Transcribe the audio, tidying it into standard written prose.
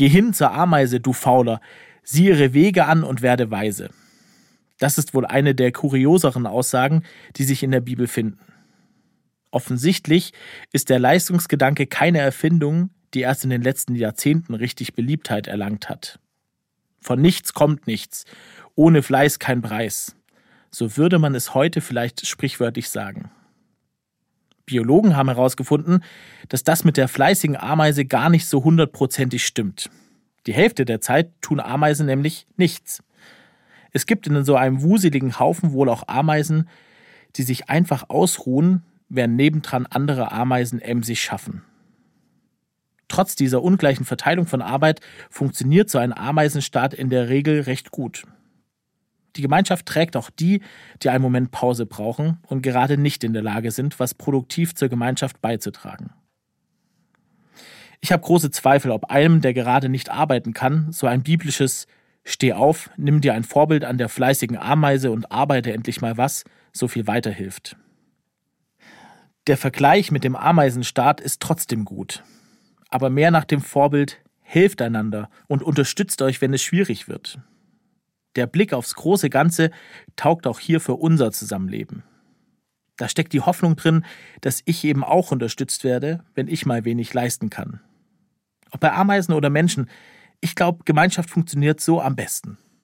Geh hin zur Ameise, du Fauler, sieh ihre Wege an und werde weise. Das ist wohl eine der kurioseren Aussagen, die sich in der Bibel finden. Offensichtlich ist der Leistungsgedanke keine Erfindung, die erst in den letzten Jahrzehnten richtig Beliebtheit erlangt hat. Von nichts kommt nichts, ohne Fleiß kein Preis. So würde man es heute vielleicht sprichwörtlich sagen. Biologen haben herausgefunden, dass das mit der fleißigen Ameise gar nicht so 100%ig stimmt. Die Hälfte der Zeit tun Ameisen nämlich nichts. Es gibt in so einem wuseligen Haufen wohl auch Ameisen, die sich einfach ausruhen, während nebendran andere Ameisen emsig schaffen. Trotz dieser ungleichen Verteilung von Arbeit funktioniert so ein Ameisenstaat in der Regel recht gut. Die Gemeinschaft trägt auch die, die einen Moment Pause brauchen und gerade nicht in der Lage sind, was produktiv zur Gemeinschaft beizutragen. Ich habe große Zweifel, ob einem, der gerade nicht arbeiten kann, so ein biblisches „Steh auf, nimm dir ein Vorbild an der fleißigen Ameise und arbeite endlich mal was“ so viel weiterhilft. Der Vergleich mit dem Ameisenstaat ist trotzdem gut, aber mehr nach dem Vorbild: helft einander und unterstützt euch, wenn es schwierig wird. Der Blick aufs große Ganze taugt auch hier für unser Zusammenleben. Da steckt die Hoffnung drin, dass ich eben auch unterstützt werde, wenn ich mal wenig leisten kann. Ob bei Ameisen oder Menschen, ich glaube, Gemeinschaft funktioniert so am besten.